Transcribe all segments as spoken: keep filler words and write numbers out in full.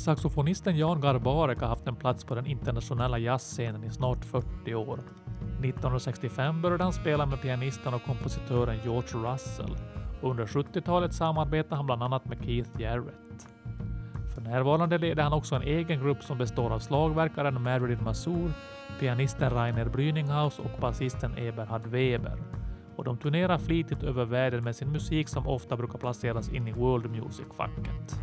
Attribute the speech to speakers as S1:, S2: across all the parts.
S1: Saxofonisten Jan Garbarek har haft en plats på den internationella jazzscenen i snart fyrtio år. nittonhundrasextiofem började han spela med pianisten och kompositören George Russell. Och under sjuttiotalet samarbetade han bland annat med Keith Jarrett. För närvarande leder han också en egen grupp som består av slagverkaren Marilyn Mazur, pianisten Rainer Brüninghaus och basisten Eberhard Weber. Och de turnerar flitigt över världen med sin musik som ofta brukar placeras in i world music-facket.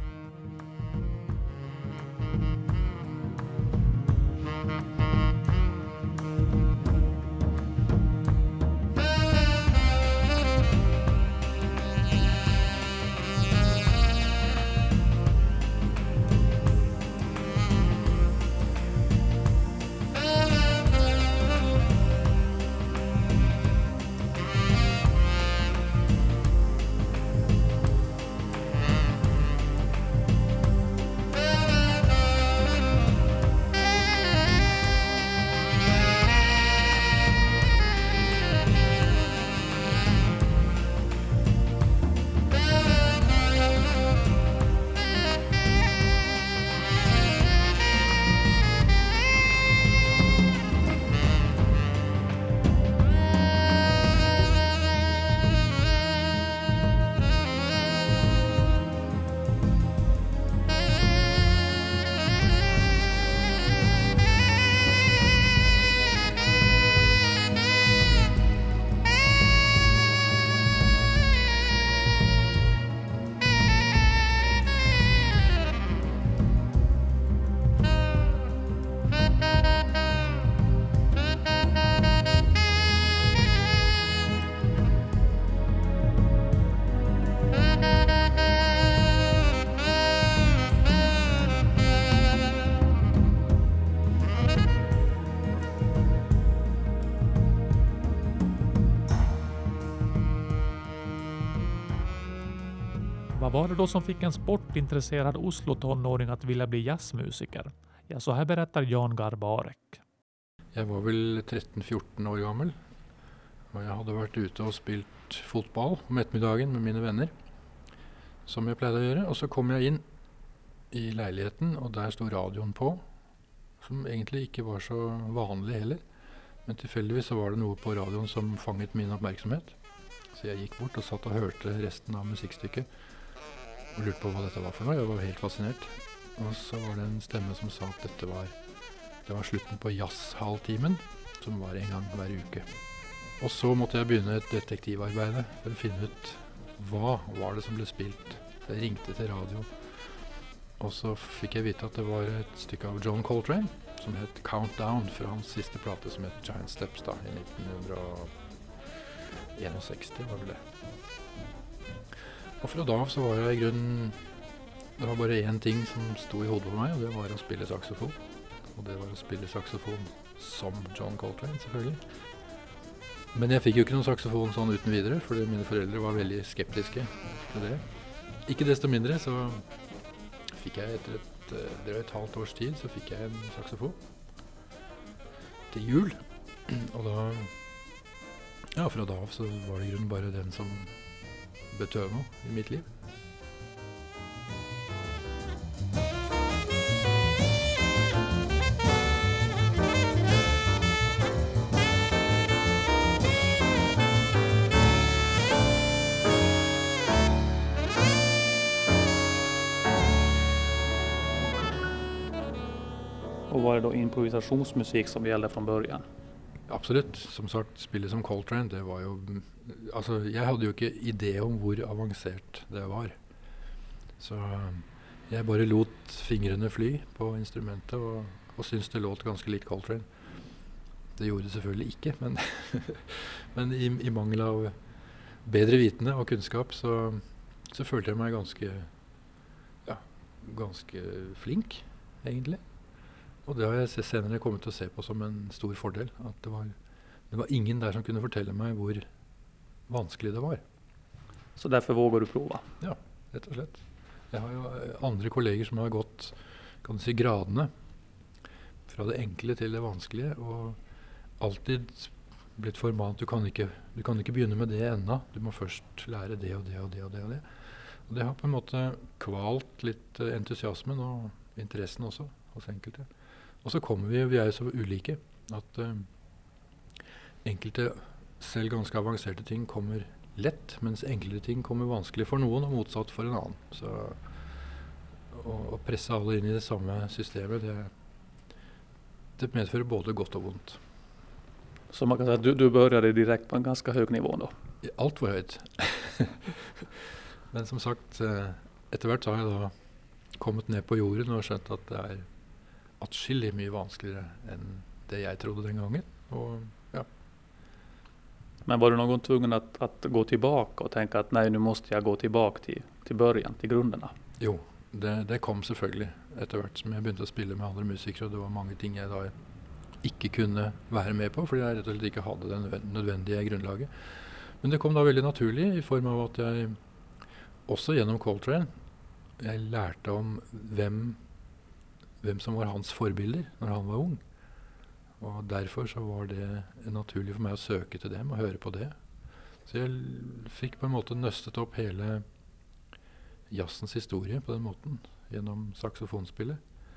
S1: Vad var det då som fick en sportintresserad Oslo-tonåring att vilja bli jazzmusiker? Ja, så här berättar Jan Garbarek.
S2: Jag var väl tretton fjorton år gammal och jag hade varit ute och spelat fotboll om eftermiddagen med mina vänner som jag plejade att göra, och så kom jag in i lägenheten och där stod radion på som egentligen inte var så vanlig heller, men tillfälligtvis så var det något på radion som fångat min uppmärksamhet, så jag gick bort och satt och hörde resten av musikstycket och lurte på vad detta var för något. Jag var helt fascinerad, och så var det en stämma som sa att detta var det var slutten på jazzhalvtimen som var en gång hver uke. Och så måste jag börja ett detektivarbete för att finna ut vad var det som blev spilt. Så jag ringde till radio och så fick jag veta att det var ett stycke av John Coltrane som hette Countdown för hans sista platta som hette Giant Steps då, i nittonhundrasextio var det. Och från då så var jag i grunden, det var bara en ting som stod i hodet på mig, och det var att spela saxofon. Och det var att spela saxofon som John Coltrane selvfølgelig. Men jag fick ju inte någon saxofon sån utan vidare, för mina föräldrar var väldigt skeptiska till det. Icke desto mindre så fick jag efter ett, det var ett halvt års tid så fick jag en saxofon till jul. Och då, ja, från då av så var det i grunden bara den som betød noe i mitt liv.
S1: Och var det då improvisationsmusik som gällde från början?
S2: Absolut, som sagt, spela som Coltrane, det var ju, alltså jag hade ju inte idé om hur avancerat det var. Så jag bara låt fingrarna fly på instrumentet och, och syns det låt ganska likt Coltrane. Det gjorde det selvfølgelig inte, men, men i, i mangel av bättre vitende och kunskap så, så følte jag mig ganska, ja, ganska flink egentligen. Och det har jag senare kommit att se på som en stor fördel, att det var, det var ingen där som kunde fortälla mig hur vanskligt det var.
S1: Så därför vågar du prova?
S2: Ja, rätt och slett. Jag har ju andra kollegor som har gått, kan du si, gradene från det enkla till det vanskliga och alltid blivit formant. Du kan inte, du kan inte börja med det ännu. Du måste först lära det och det och det och det och det. Och det har på en måte kvalt lite entusiasmen, och interessen også hos enkelte. Og så kommer vi, vi er jo så ulike, at uh, enkelte selv ganske avanserte ting kommer lett, mens enkelte ting kommer vanskelig for noen og motsatt for en annen. Så å, å presse alle inn i det samme systemet, det, det medfører både godt og vondt.
S1: Så man kan säga att du, du började direkt på en ganska hög nivå då?
S2: Allt var höjt. Men som sagt, etter hvert så har jeg da kommet ned på jorden og skjønt at det er atskillig mye vanskeligere enn det jeg trodde den gangen. Och, ja.
S1: Men var du någon gång tvungen att, att gå tillbaka och tänka att nej, nu måste jag gå tillbaka till, till början, till grunderna?
S2: Jo, det, det kom selvfølgelig etter hvert som jeg begynte å spille med andre musikere, og det var mange ting jeg da ikke kunne være med på, fordi jeg rett og slett ikke hadde det nødvendige grunnlaget. Men det kom da veldig naturlig i form av at jeg også gjennom Coltrane jeg lærte om hvem, hvem som var hans forbilder når han var ung. Og derfor så var det naturlig for meg å søke til dem og høre på det. Så jeg fikk på en måte nøstet opp hele jazzens historie på den måten, gjennom saksofonspillet.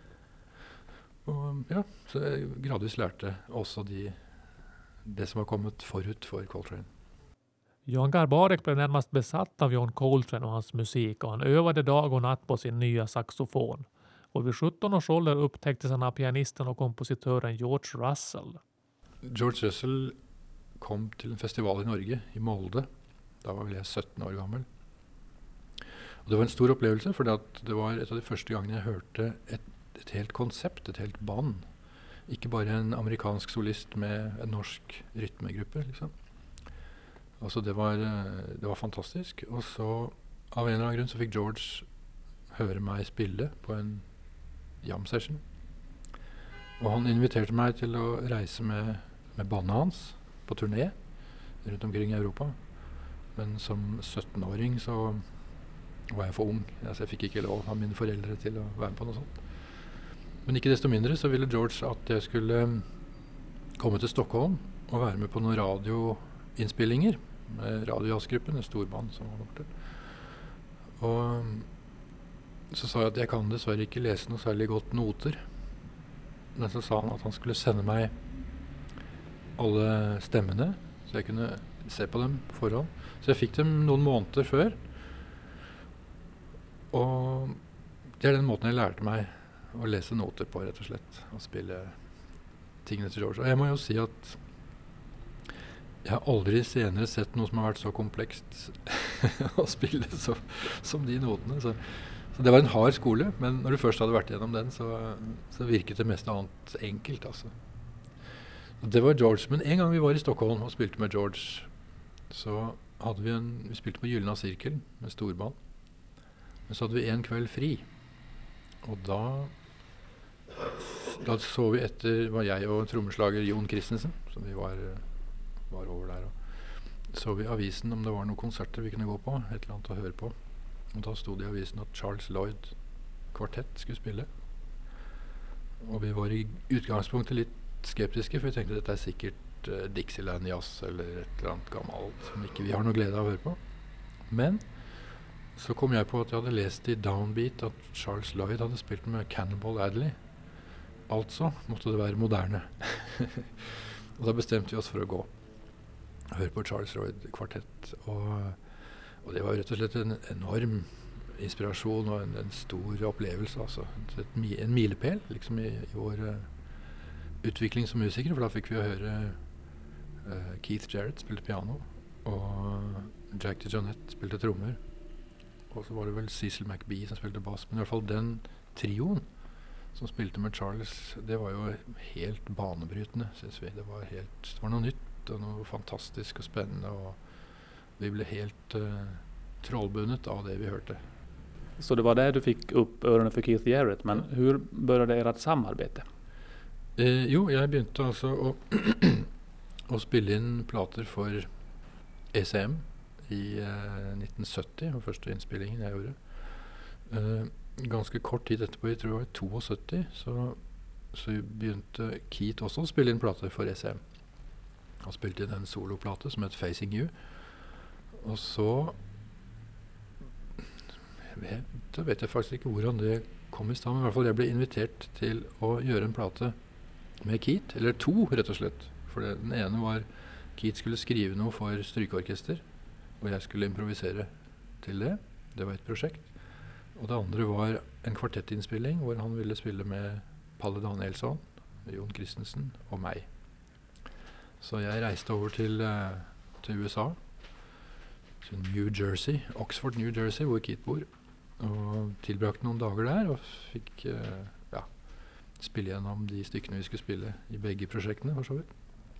S2: Og ja, så jeg gradvis lærte også de, det som var kommet forut for Coltrane.
S1: Jan Garbarek blev närmast besatt av John Coltrane och hans musik, och han övade dag och natt på sin nya saxofon. Och vid sjutton års ålder upptäcktes han av pianisten och kompositören George Russell.
S2: George Russell kom till en festival i Norge, i Molde. Da var vel jeg sytten år gammel. Og det var en stor opplevelse, for det var et av de første gangene jeg hørte et, et helt konsept, et helt band. Ikke bare en amerikansk solist med en norsk rytmegruppe, liksom. Altså det var, det var fantastisk. Og så av en eller annen grunn så fikk George høre meg spille på en jam session. Og han inviterte meg til å reise med, med bandet hans på turné rundt omkring i Europa. Men som syttenåring så var jeg for ung. Altså jeg fikk ikke lov av mine foreldre til å være med på noe sånt. Men ikke desto mindre så ville George at jeg skulle komme til Stockholm og være med på noen radioinnspillinger med radiojazzgruppen, en storband som var borte. Og så sa jeg at jeg kan dessverre ikke lese noe særlig godt noter. Men så sa han at han skulle sende meg alle stemmene, så jeg kunne se på dem på forhånd. Så jeg fikk dem noen måneder før. Og det er den måten jeg lærte meg å lese noter på, rett og slett. Å spille tingene til George. Og jeg må jo si at jeg har aldri senere sett noe som har vært så komplekst å spille så, som de notene. Så, så det var en hard skole, men når du først hadde vært gjennom den, så, så virket det mest annet enkelt, altså. Det var George, men en gang vi var i Stockholm og spilte med George, så hadde vi en, vi spilte på Gyllene Sirkel med storband. Men så hadde vi en kveld fri, og da, da så vi etter, var jeg og trommeslager Jon Christensen, som vi var, var over der, og så vi avisen om det var noen konserter vi kunne gå på, et eller annet å høre på. Og da stod det i avisen at Charles Lloyd kvartett skulle spille. Og vi var i utgangspunktet litt skeptiske, for vi tenkte at dette er sikkert uh, Dixieland Jazz eller et eller annet gammelt som ikke vi har noe glede av å høre på. Men så kom jeg på at jeg hadde lest i Downbeat at Charles Lloyd hadde spilt med Cannonball Adderley. Altså måtte det være moderne. Og da bestemte vi oss for å gå og høre på Charles Lloyd kvartett. Og, og det var rett og slett en enorm inspirasjon og en, en stor opplevelse. Altså. Et, en milepæl liksom i, i vår uh, utvikling som musikere, for da fikk vi å høre uh, Keith Jarrett spilte piano, og Jack DeJohnette spilte trommer. Og så var det vel Cecil McBee som spilte bass, men i hvert fall den trioen som spilte med Charles, det var jo helt banebrytende, synes vi. Det var, helt, det var noe nytt og noe fantastisk og spennende, og vi ble helt uh, trollbundet av det vi hørte.
S1: Så det var där du fick upp öronen för Keith Jarrett, men ja. Hur började ert samarbete?
S2: Eh, jo, jeg begynte altså å, å spille inn plater for E C M i eh, nitten sytti, den første innspillingen jeg gjorde. Eh, ganske kort tid etterpå, jeg tror det var syttito, så, så begynte Keith også å spille inn plater for E C M. Han spilte inn en soloplate som het Facing You. Og så vet, da vet jeg faktisk ikke hvordan det kom i stand, men i hvert fall jeg ble invitert til å gjøre en plate med Keith, eller to rett og slett. For det, den ene var Keith skulle skrive noe for strykeorkester, og jeg skulle improvisere til det. Det var et prosjekt. Og det andre var en kvartettinnspilling hvor han ville spille med Palle Danielsson, Jon Christensen og meg. Så jeg reiste over til, uh, til U S A, til New Jersey, Oxford, New Jersey, hvor Keith bor, og tilbrakte noen dager der og fikk uh, ja, spille gjennom de stykkene vi skulle spille i begge prosjektene, for så vidt.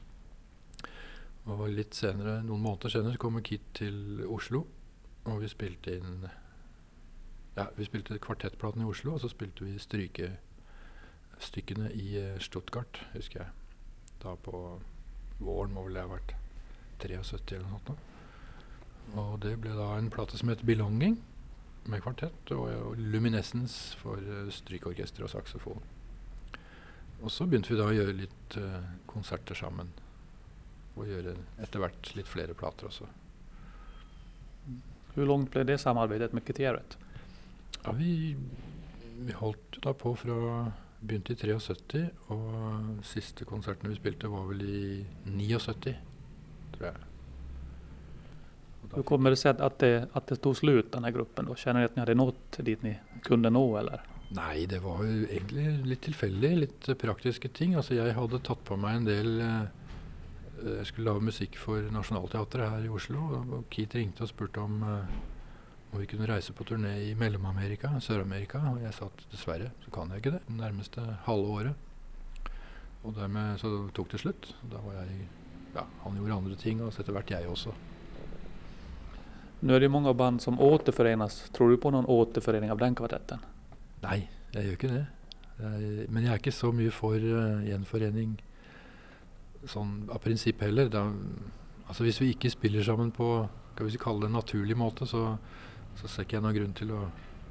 S2: Og litt senere, noen måneder senere, så kom Keith til Oslo, og vi spilte inn ja, vi spilte kvartettplaten i Oslo, og så spilte vi strykestykkene i uh, Stuttgart, husker jeg. Da på våren må vel det ha vært syttitre eller noe sånt. Og det ble da en plate som heter Belonging, med kvartett, og, og Luminescence for uh, strykeorkester og saxofon. Og så begynte vi da å gjøre litt uh, konserter sammen, og gjøre etter hvert litt flere plater også.
S1: Hur långt blev det samarbetet med Keith?
S2: Ja, vi, vi holdt da på fra begynte i syttitre, og siste konsertene vi spilte var vel i syttini, tror jeg.
S1: Hur kommer det sig att det, att det tog slut, den här gruppen då? Känner ni att ni hade nått dit ni kunde nå, eller?
S2: Nei, det var jo egentlig litt tilfeldig, litt uh, praktiske ting. Altså, jeg hadde tatt på meg en del uh, jeg skulle lage musikk for Nationaltheatret her i Oslo, og, og Keith ringte og spurte om uh, om vi kunne reise på turné i Mellom-Amerika, Sør-Amerika, og jeg sa at dessverre så kan jeg ikke det, det nærmeste halve året. Og dermed så tok det slutt. Da var jeg, ja, han gjorde andre ting, og så etter hvert jeg også.
S1: Nu är det många band som återförenas. Tror du på någon återförening av den kvartetten?
S2: Nei, jeg gjør ikke det. Jeg, men jeg er ikke så mye for uh, gjenforening sånn av prinsipp heller. Da, altså hvis vi ikke spiller sammen på, kan vi kalle det en naturlig måte, så så ser ikke jeg noen grunn til å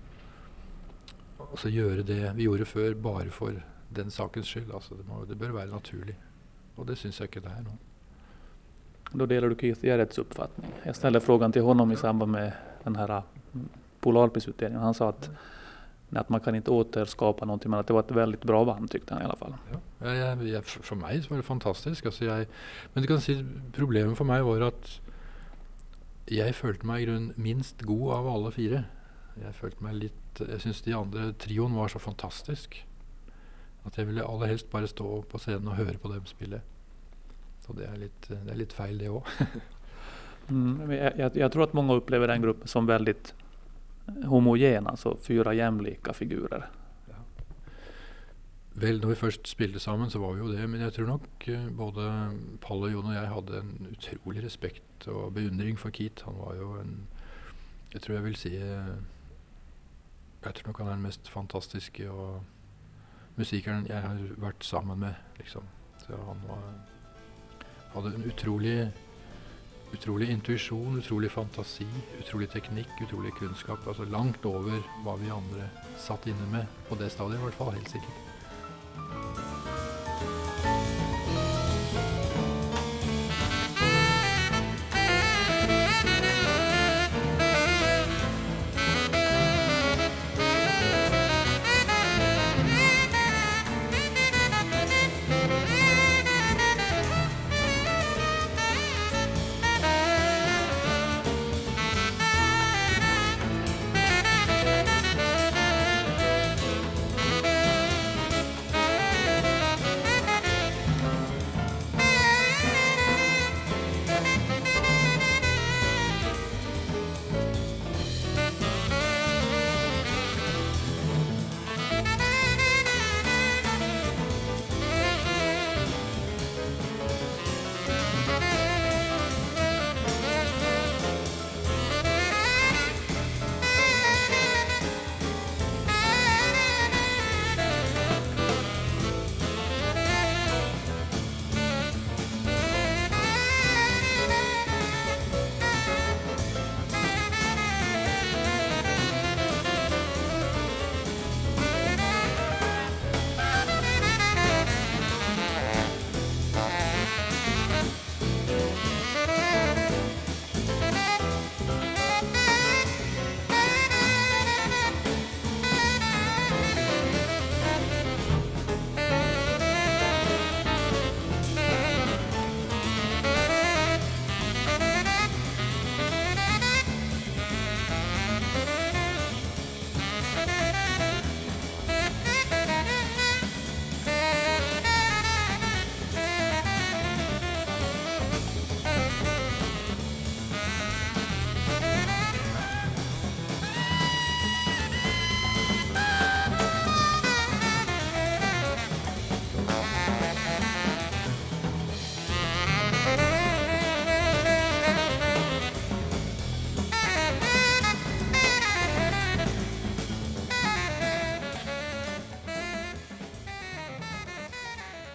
S2: altså gjøre det vi gjorde før bare for den sakens skyld. Altså det, må, det bør være naturlig. Och det syns jag inte det här nu.
S1: Då delar du Keith Jarretts uppfattning. Jag ställde frågan till honom i samband med den här Polarprisutdelningen. Han sa att, att man kan inte återskapa någonting, men att det var ett väldigt bra band, tyckte han i alla fall.
S2: Ja, ja, ja, ja, för mig var det fantastiskt. Alltså jag, men du kan si problemet för mig var att jag følte mig i grunn minst god av alla fyra. Jag følte mig lite, jag syns de andra trion var så fantastisk att jag ville allra helst bara stå på scenen och höra på dem spela. Så det är lite det är lite fel det också.
S1: mm, jag, jag, jag tror att många upplever den gruppen som väldigt homogen, alltså fyra jämlika figurer.
S2: Ja. Väl, när vi först spelade samman så var vi ju det, men jag tror nog eh, både Paul och Jon och jag hade en otrolig respekt och beundring för Keith. Han var ju en, jag tror jag vill säga, jag tror nog han är den mest fantastiska och musikern jag har varit samman med, liksom. Så han var, hade en otrolig utrolig intuition, utrolig fantasi, utrolig teknikk, utrolig kunnskap, altså langt over hva vi andre satt inne med på det stadiet, i hvert fall, helt sikkert.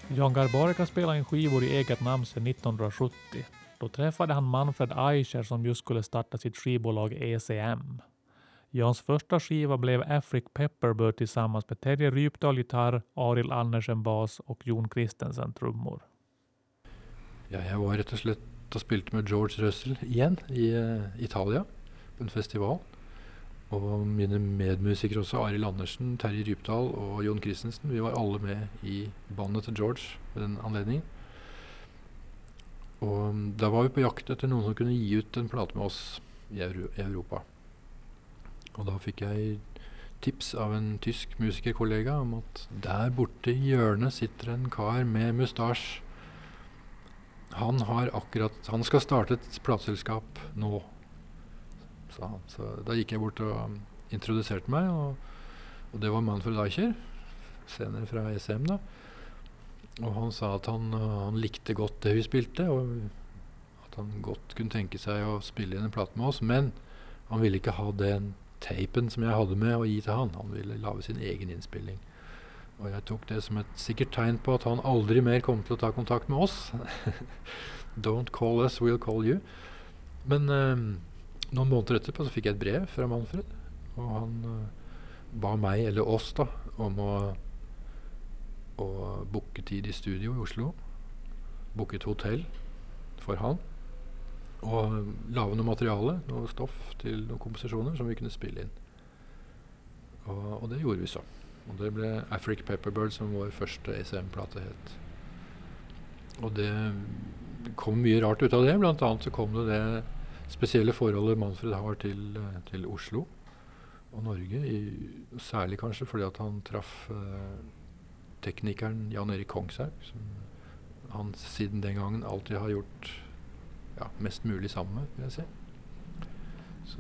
S1: Jan Garbarika spelade in skivor i eget namn sedan nittonhundrasjuttio. Då träffade han Manfred Eicher som just skulle starta sitt skivbolag E C M. Jans första skiva blev Afric Pepperbird tillsammans med Terje Rypdal gitarr, Arild Andersen bas och Jon Christensen trummor.
S2: Ja, jag var rätt och slett och spilte med George Russell igen i uh, Italia på en festival. Och mina medmusikere också, Arild Andersen, Terje Rypdal och Jon Christensen, vi var alla med i bandet till George med den anledningen. Och där var vi på jakt efter någon som kunde ge ut en plats med oss i Euro- Europa. Och då fick jag tips av en tysk musikerkollega om att där borta i hjørnet sitter en kar med mustasch. Han har akkurat, han ska starta ett platsselskap nu. Så, så då gick jag bort och um, introducerade mig och, och det var Manfred Eicher, senare från E C M då. Och han sa att han, uh, han likte gott det vi spilte och att han gott kunde tänka sig att spela in en platt med oss, men han ville inte ha den tapen som jag hade med och ge till han. Han ville lave sin egen inspelning. Och jag tog det som ett säkert tecken på att han aldrig mer kom till att ta kontakt med oss. Don't call us, we'll call you. Men um, någon månader efterpå så fick jag ett brev från Manfred och han uh, bad mig eller oss då om att och boka tid i studio i Oslo, boka ett hotell för han och lave något material, något stoff till några kompositioner som vi kunde spela in. Och, och det gjorde vi så. Och det blev Afric Pepperbird som vår första E C M-plata het. Och det kom mycket rart ut av det, bland annat så kom det det speciella förhållandet Manfred har till, till Oslo och Norge, i, särskilt kanske för att han träff eh, teknikern Jan-Erik Kongshaug som han sedan den gången alltid har gjort ja, mest möjligt samma, vill jag säga. Så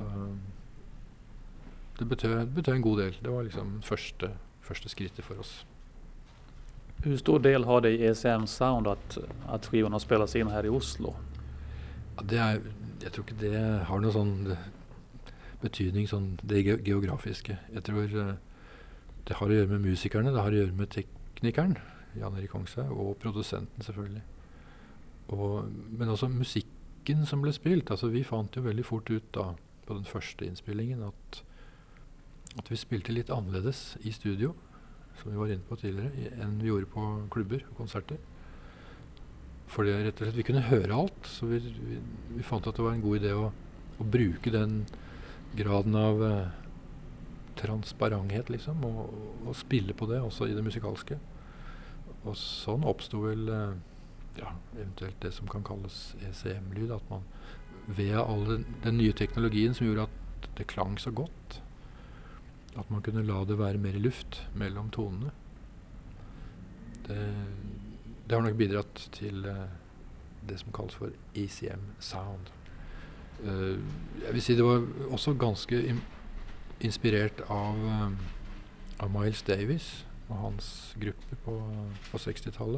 S2: det betød, betød en god del. Det var liksom första, första skrittet för oss.
S1: Hur stor del har det i E C M Sound att, att skivorna spelas in här i Oslo?
S2: Ja, det är, jag tror inte det har någon sån betydning, sån, det geografiska. Jag tror det har att göra med musikerna, det har att göra med teknikern, Jan-Erik Kongshaug, och producenten selvfølgelig. Och, men också musiken som blev spilt. Alltså vi fann ju väldigt fort ut då, på den första inspelningen att, att vi spilte lite annorledes i studio, som vi var inne på tidigare, än vi gjorde på klubbar och konserter. För det rätt och slett, vi kunde höra allt, så vi, vi, vi fann att det var en god idé att, att bruka den graden av eh, transparenthet liksom, och, och spille på det också i det musikalska. Och sån uppstod väl eh, ja, eventuellt det som kan kallas E C M-lyd, att man via all den, den nya teknologin som gjorde att det klang så gott, att man kunde la det vara mer i luft mellan tonerna. Det, det har nog bidragit till uh, det som kallas för E C M Sound. Uh, jag vill säga det var också ganska im- inspirerat av, um, av Miles Davis och hans grupper på, på sextiotalet.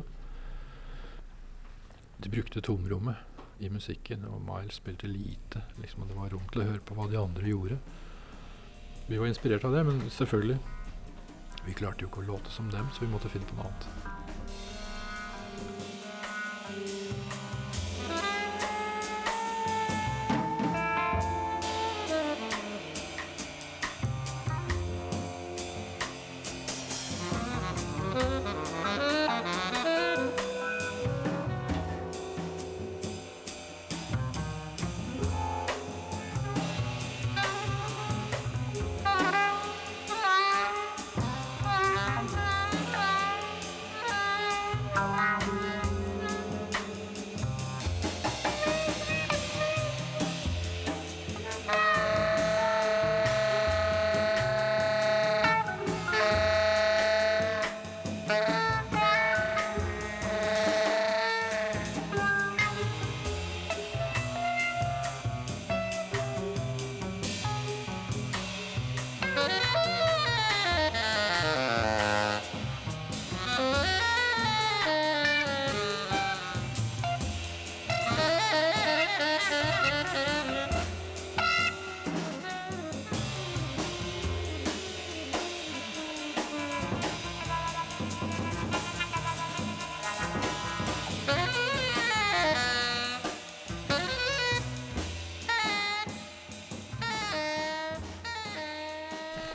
S2: De brukte tomrummet i musiken och Miles spelade lite, liksom, och det var rum till att höra på vad de andra gjorde. Vi var inspirerade av det, men selvfølgelig vi klarte ju inte att låta som dem, så vi måste finna på något annat.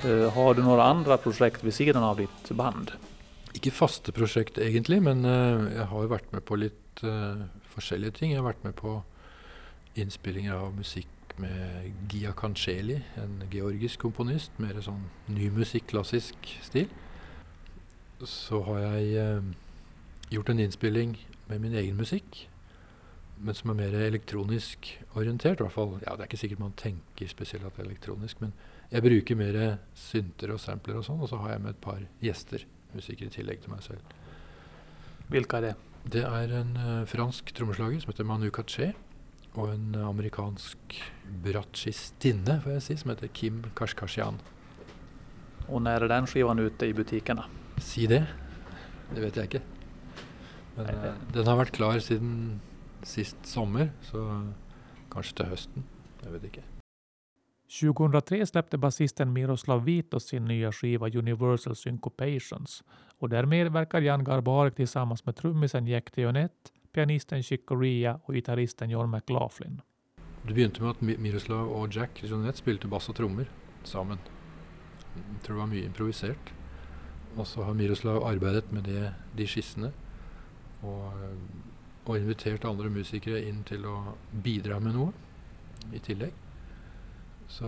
S1: Uh, har du några andra projekt vid sidan av ditt band?
S2: Ikke faste prosjekt egentlig, men uh, jeg har jo vært med på litt uh, forskjellige ting. Jeg har vært med på innspillinger av musikk med Gia Cancelli, en georgisk komponist, mer sånn ny musikk, klassisk stil. Så har jeg uh, gjort en innspilling med min egen musikk, men som er mer elektronisk orientert, i hvert fall. Ja, det er ikke sikkert man tenker spesielt at det er elektronisk, men jeg bruker mer synter og sampler og sånn, og så har jeg med et par gjester, musikere i tillegg til meg selv.
S1: Hvilke er det?
S2: Det er en uh, fransk trommeslager som heter Manu Katché, og en uh, amerikansk bratsjistinne, får jeg si, som heter Kim Kashkashian.
S1: Og når er den skivan ute i butikkene?
S2: Si det. Det vet jeg ikke. Men uh, den har vært klar siden sist sommer, så kanskje til høsten. Jag vet inte.
S1: tjugohundratre släppte basisten Miroslav Vitos sin nya skiva Universal Syncopations, och där medverkar Jan Garbarek tillsammans med trummisen Jack Tionette, pianisten Chick Corea och gitarristen John McLaughlin.
S2: Det begynte med at Miroslav og Jack Tionette spilte bass og trommer sammen. Jeg tror det var mye improvisert. Og så har Miroslav arbeidet med det, de skissene og, og invitert andre musikere inn til å bidra med noe i tillegg. Så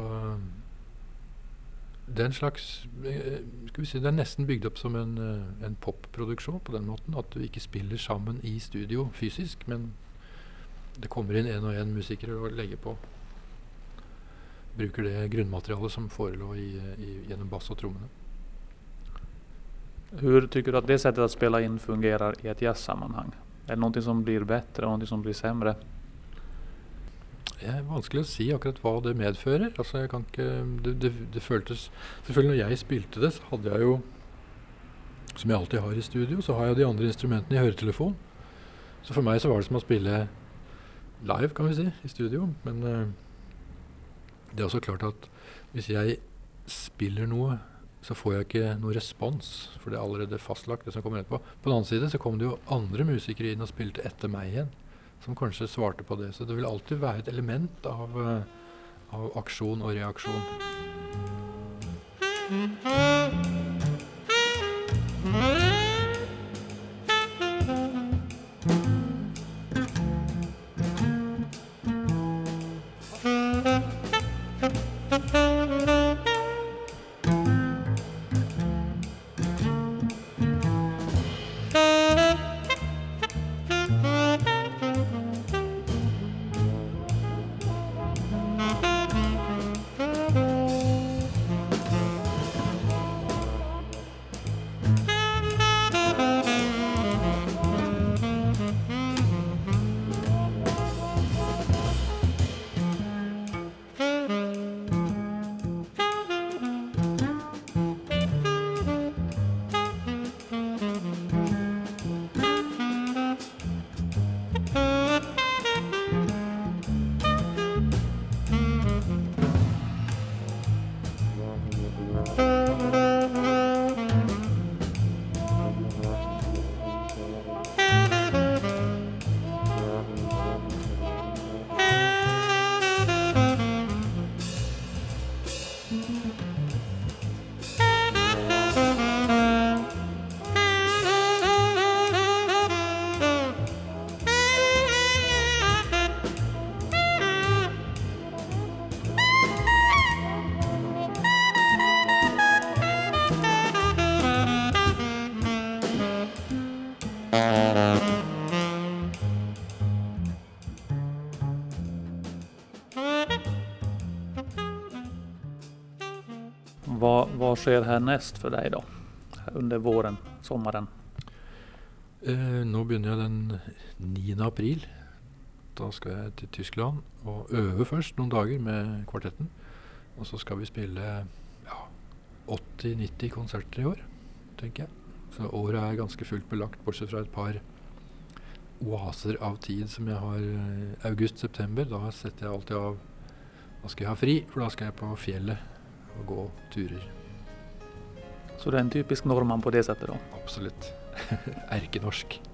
S2: det er en slags, skal vi si, det er nesten bygd opp som en, en popproduksjon på den måten, at du ikke spiller sammen i studio fysisk, men det kommer inn en og en musikere og legger på. Bruker det grunnmaterialet som forelå i, i, gjennom bass og trommene.
S1: Hur tycker du att det sättet att spela in fungerar i ett jazzsammanhang? Är det någonting som blir bättre och någonting som blir sämre?
S2: Det er vanskelig å si akkurat hva det medfører. Altså, jeg kan ikke, det, det, det føltes, selvfølgelig når jeg spilte det, så hadde jeg jo, som jeg alltid har i studio, så har jeg de andre instrumentene i høretelefon. Så for meg så var det som å spille live, kan vi si, i studio. Men uh, det er også klart at hvis jeg spiller noe, så får jeg ikke noe respons, for det er allerede fastlagt, det som kommer etterpå. På den annen side så kom det jo andre musikere inn og spilte etter meg igjen, som kanskje svarte på det. Så det vil alltid være et element av, uh, av aksjon og reaksjon.
S1: Vad, vad sker härnäst för dig då? Under våren, sommaren?
S2: Eh, nå begynner jeg den niende april. Da skal jeg til Tyskland og øve først noen dager med kvartetten. Og så skal vi spille ja, åtti nitti konserter i år, tenker jeg. Så året er ganske fullt belagt, bortsett fra et par oaser av tid som jeg har august-september. Da setter jeg alltid av, da skal jeg ha fri, for da skal jeg på fjellet og gå turer.
S1: Så det är en typisk norrman på det sättet då?
S2: Absolutt. Erkenorsk.